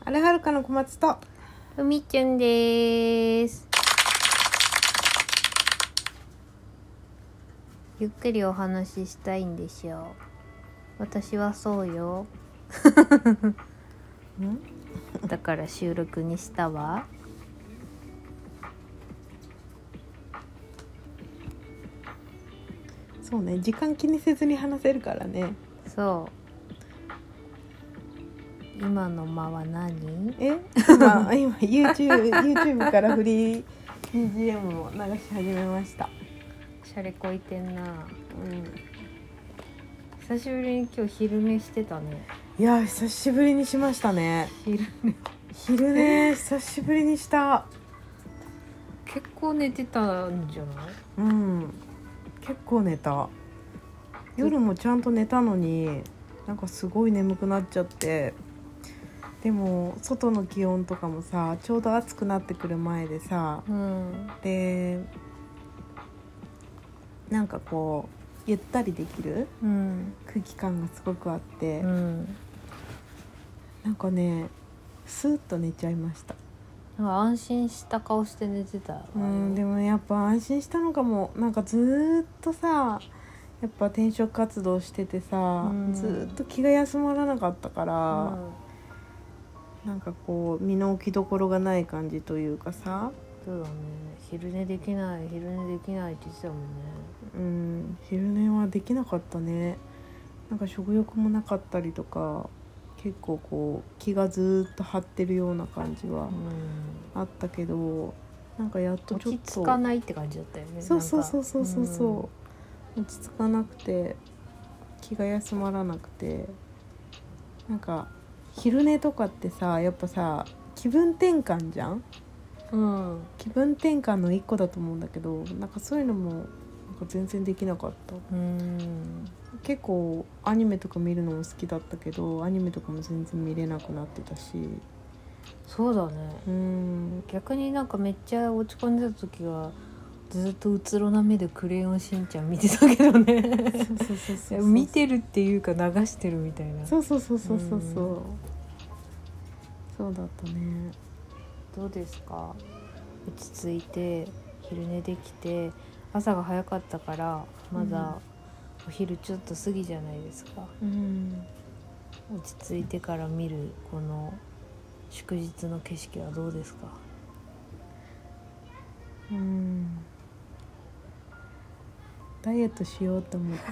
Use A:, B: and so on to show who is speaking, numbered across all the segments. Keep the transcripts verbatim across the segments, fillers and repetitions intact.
A: あれはるかの小松と
B: ふみちゅんです。ゆっくりお話ししたいんでしょう。私はそうよ
A: ん
B: だから収録にしたわ。
A: そうね、時間気にせずに話せるからね。
B: そう、今の間は何？
A: え今今 YouTube, YouTube からフリー ビージーエム を流し始めました。
B: シャレこいてんな。
A: うん、
B: 久しぶりに今日昼寝してたね。
A: いや久しぶりにしましたね。
B: 昼寝
A: 昼寝久しぶりにした。
B: 結構寝てたんじゃない？
A: うん結構寝た。夜もちゃんと寝たのになんかすごい眠くなっちゃって、でも外の気温とかもさちょうど暑くなってくる前でさ、
B: うん、
A: でなんかこうゆったりできる
B: うん
A: 空気感がすごくあって、
B: うん、
A: なんかねスーッと寝ちゃいました。
B: なんか安心した顔して寝てたわよ。
A: うんでもやっぱ安心したのかも。なんかずーっとさやっぱ転職活動しててさ、
B: うん、
A: ずーっと気が休まらなかったから、
B: うん
A: なんかこう身の置きどころがない感じというかさ、
B: そうだね、昼寝できない昼寝できないって言ってたもんね。
A: うん昼寝はできなかったね。なんか食欲もなかったりとか、結構こう気がずっと張ってるような感じはあったけど、なんかやっとちょっ
B: 落
A: と
B: ち着かないって感じだったよね。
A: そうそうそうそうそうそう、
B: うん、
A: 落ち着かなくて気が休まらなくて、なんか昼寝とかってさやっぱさ気分転換じゃん。
B: うん、
A: 気分転換の一個だと思うんだけど、なんかそういうのもなんか全然できなかった。
B: うん、
A: 結構アニメとか見るのも好きだったけど、アニメとかも全然見れなくなってたし。
B: そうだね。
A: うん
B: 逆になんかめっちゃ落ち込んでた時はずっとうつろな目でクレヨンしんちゃん見てたけどね
A: そうそうそうそう
B: 見てるっていうか流してるみたいな。
A: そうそうそうそうそうそう、
B: うん、
A: そうだったね。
B: どうですか？落ち着いて昼寝できて、朝が早かったからまだお昼ちょっと過ぎじゃないですか。
A: うん、
B: 落ち着いてから見るこの祝日の景色はどうですか？
A: うんダイエットしようと思って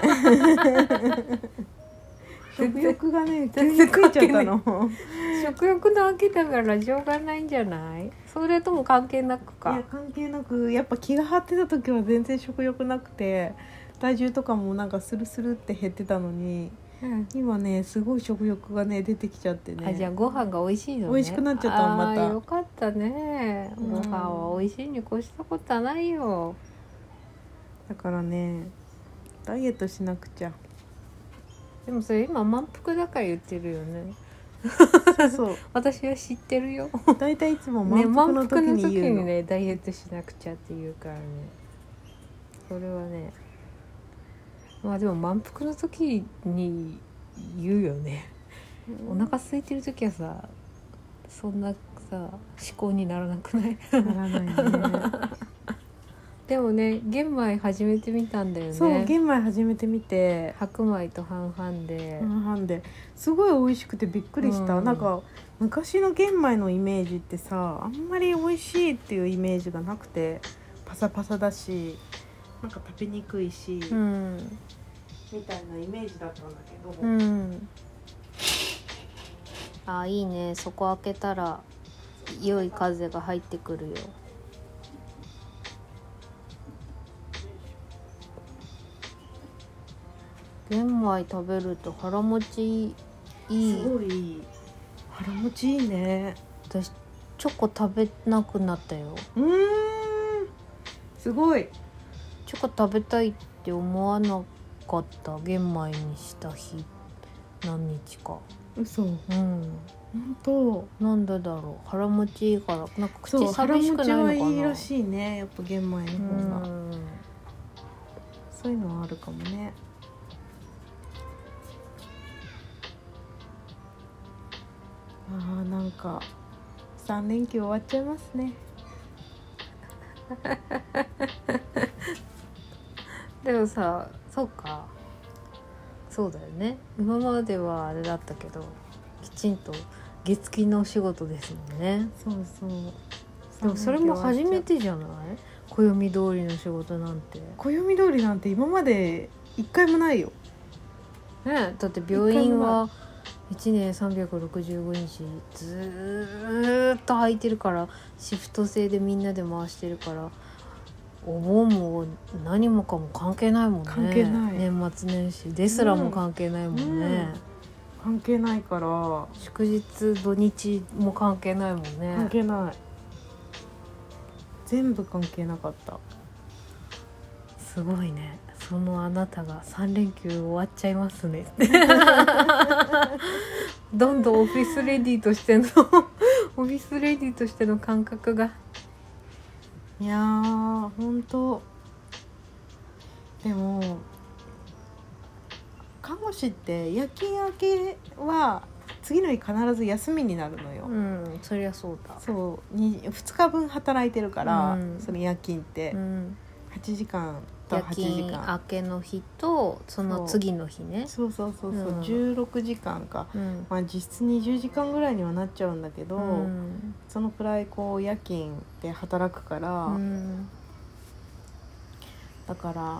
A: 食欲がね急についちゃったの
B: 食欲の秋だからしょうがないんじゃない？それとも関係なくか？
A: いや関係なく、やっぱ気が張ってた時は全然食欲なくて、体重とかもなんかスルスルって減ってたのに、
B: うん、
A: 今ねすごい食欲がね出てきちゃってね。
B: あ、じゃあご飯が美味しいのね。
A: 美味しくなっちゃったのまた。
B: あーよかったね。ご飯は美味しいに越したことはないよ。
A: だからねダイエットしなくちゃ。
B: でもそれ今満腹だから言ってるよね。
A: そうそう
B: 私は知ってるよ。
A: だいたいいつも
B: ね、
A: 満腹の時
B: 満腹の
A: に言うの、
B: 時にねダイエットしなくちゃって言うからね。それはね、まあでも満腹の時に言うよね。お腹空いてる時はさそんなさ思考にならなくない？
A: ならないね
B: でもね玄米始めてみたんだよね。
A: そう玄米初めて見て、
B: 白米と半々で、
A: 半々ですごい美味しくてびっくりした、
B: うん、
A: なんか昔の玄米のイメージってさあんまり美味しいっていうイメージがなくて、パサパサだしなんか食べにくいし、
B: うん、
A: みたいなイメージだったんだけど、
B: うん、あ、いいね。そこ開けたら良い風が入ってくるよ。玄米食べると腹持ちいい。
A: すごい腹持ちいいね。
B: 私チョコ食べなくなったよ。
A: うーんすごい。
B: チョコ食べたいって思わなかった。玄米にした日何日か。
A: 嘘。
B: うん、
A: 本当。
B: なんでだろう。腹持ちいいからなんか口
A: そう腹持ち
B: 寂しくないのかな。
A: はいいらしいね、やっぱ玄米の方が、
B: うん、
A: そういうのはあるかもね。 あーなんかさん連休終わっちゃいますね。
B: でもさ、そうか、そうだよね。今まではあれだったけど、きちんと月金のお仕事ですもんね。
A: そうそう。
B: でもそれも初めてじゃない？暦通りの仕事なんて。
A: 暦通りなんて今まで一回もないよ。
B: ね、だって病院はいちねんさんびゃくろくじゅうごにちずーっと空いてるから、シフト制でみんなで回してるから、お盆も何もかも関係ないもんね。
A: 関係ない。
B: 年末年始ですらも関係ないもんね、うんうん、
A: 関係ないから。
B: 祝日土日も関係ないもんね。
A: 関係ない。全部関係なかった。
B: すごいね。そのあなたがさん連休終わっちゃいますねどんどんオフィスレディとしてのオフィスレディとしての感覚が。
A: いやーほんと。でも看護師って夜勤明けは次の日必ず休みになるのよ。
B: うん、そりゃそうだ。
A: そうにふつかぶん働いてるから、うん、その夜勤って、
B: うん、
A: はちじかんとはちじかん、
B: 夜勤明けの日とその次の日ね。
A: そうそうそうそう、うん、じゅうろくじかんか、うん、まあ実質にじゅうじかんぐらいにはなっちゃうんだけど、うん、そのくらいこう夜勤で働くから、うん、だから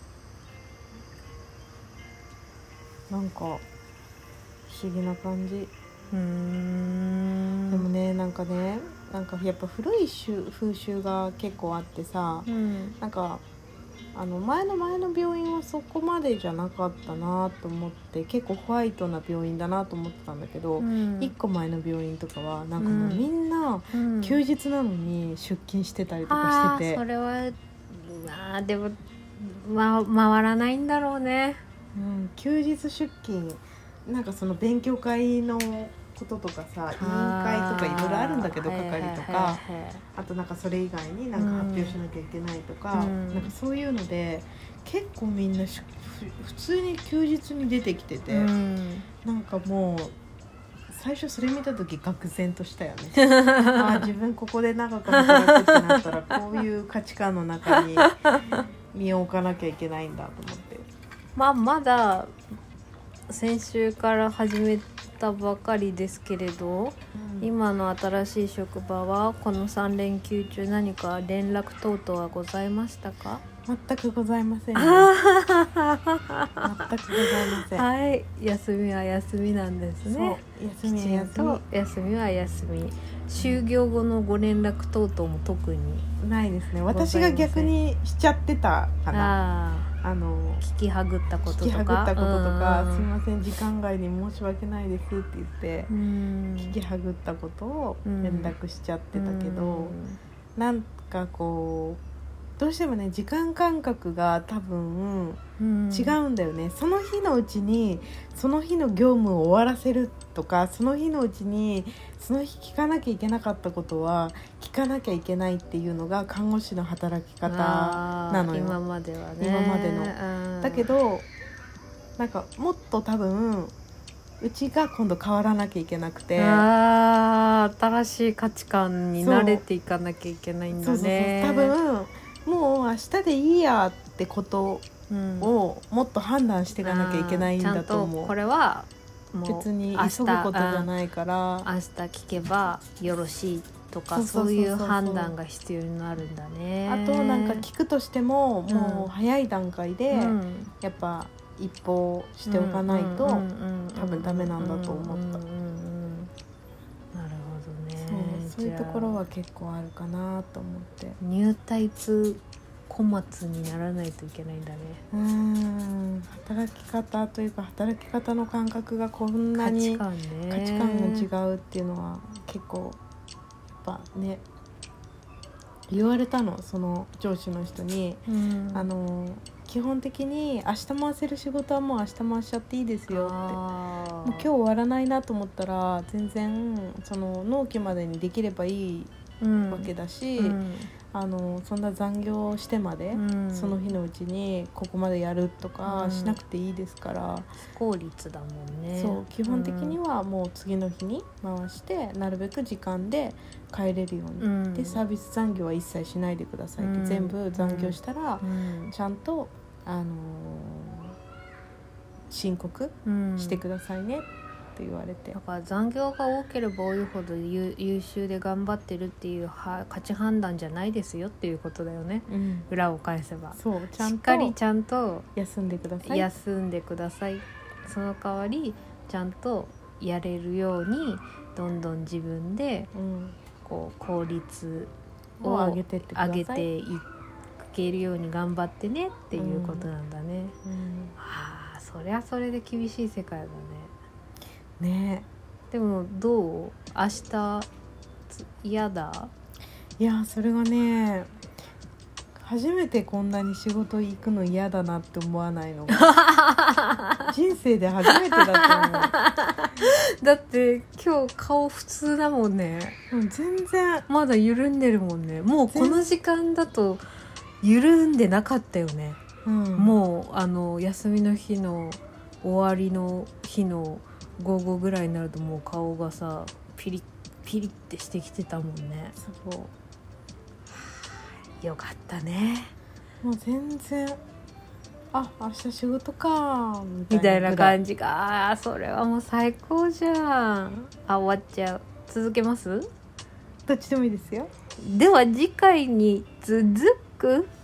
A: なんか不思議な感じ。うーん、でもね、なんかね、なんかやっぱ古い風習が結構あってさ、うん、なんかあの前の前の病院はそこまでじゃなかったなと思って、結構ホワイトな病院だなと思ってたんだけど、うん、いっこまえの病院とかはなんかもうみんな休日なのに出勤してたりとかしてて、
B: うん、あ、それはまあでも、ま、回らないんだろうね。
A: うん、休日出勤、なんかその勉強会のこととかさ、委員会とかいろいろあるんだけど、係とか、あとなんかそれ以外になんか発表しなきゃいけないとか、うん、なんかそういうので結構みんなし普通に休日に出てきてて、うん、なんかもう最初それ見た時愕然としたよねあ、自分ここで長く働くってなったらこういう価値観の中に身を置かなきゃいけないんだと思って。
B: まあまだ先週から始めたばかりですけれど、うん、今の新しい職場はこのさん連休中何か連絡等々はございましたか？
A: 全くございません、ね、全くございません。
B: はい、休みは休みなんですね。
A: 休みは休み、
B: 休みは休み。就業後のご連絡等々も特に
A: ないですね。私が逆にしちゃってたかな。
B: ああの聞きはぐったこととか、
A: 聞きはぐったこととか、すいません時間外に申し訳ないですって言って聞きはぐったことを連絡しちゃってたけど、なんかこうどうしてもね、時間感覚が多分違うんだよね、うん、その日のうちにその日の業務を終わらせるとか、その日のうちにその日聞かなきゃいけなかったことは聞かなきゃいけないっていうのが看護師の働き方なのよ、
B: 今まではね。
A: 今までのだけど、なんかもっと多分うちが今度変わらなきゃいけなくて、
B: あ、新しい価値観に慣れていかなきゃいけないんだね。そうそうそう、
A: 多分もう明日でいいやってことをもっと判断していかなきゃいけないんだと思う、
B: うん、ちゃんとこれはもう
A: 別に急ぐことじゃないから、
B: 明日聞けばよろしいとか、そういう判断が必要になるんだね。
A: あとなんか聞くとしても、もう早い段階でやっぱ一報しておかないと多分ダメなんだと思った。なるほど
B: ね。
A: そう、そういうところは結構あるかなと思って。
B: ニュータイプ小松にならないといけないんだね。
A: うーん、働き方というか働き方の感覚がこんなに
B: 価値観ね、
A: 価値観が違うっていうのは結構やっぱね言われたの、その上司の人に、うん、あの基本的に明日回せる仕事はもう明日回しちゃっていいですよって、もう今日終わらないなと思ったら全然その納期までにできればいいわけだし、
B: うん
A: あのそんな残業してまで、
B: うん、
A: その日のうちにここまでやるとかしなくていいですから、
B: 非効率だもんね。
A: そう基本的にはもう次の日に回してなるべく時間で帰れるように、
B: うん、
A: でサービス残業は一切しないでくださいって、
B: うん、
A: 全部残業したら、
B: うん、
A: ちゃんと、あのー申告してくださいねって言われて、
B: だから残業が多ければ多いほど優優秀で頑張ってるっていうは価値判断じゃないですよっていうことだよね、
A: うん、
B: 裏を返せば。
A: そうちゃんと
B: しっかりちゃんと
A: 休んでください、
B: 休んでください。その代わりちゃんとやれるようにどんどん自分で
A: うん
B: こう効率を
A: を上げてってください、
B: 上げていけるように頑張ってねっていうことなんだね、
A: うん
B: はあ、そりゃそれで厳しい世界だね。
A: ね
B: でもどう？明日嫌だ？
A: いやそれがね、初めてこんなに仕事行くの嫌だなって思わないのが人生で初めてだと思う。
B: だって今日顔普通だもんね。
A: でも全然
B: まだ緩んでるもんね。もうこの時間だと緩んでなかったよね、
A: うん、
B: もうあの休みの日の終わりの日の午後ぐらいになるともう顔がさピリッピリッってしてきてたもんね。
A: そう
B: よかったね。
A: もう全然あ明日仕事かみたいな
B: みたいな感じか。あーそれはもう最高じゃん。あ終わっちゃう。続けます？
A: どっちでもいいですよ。
B: では次回に続く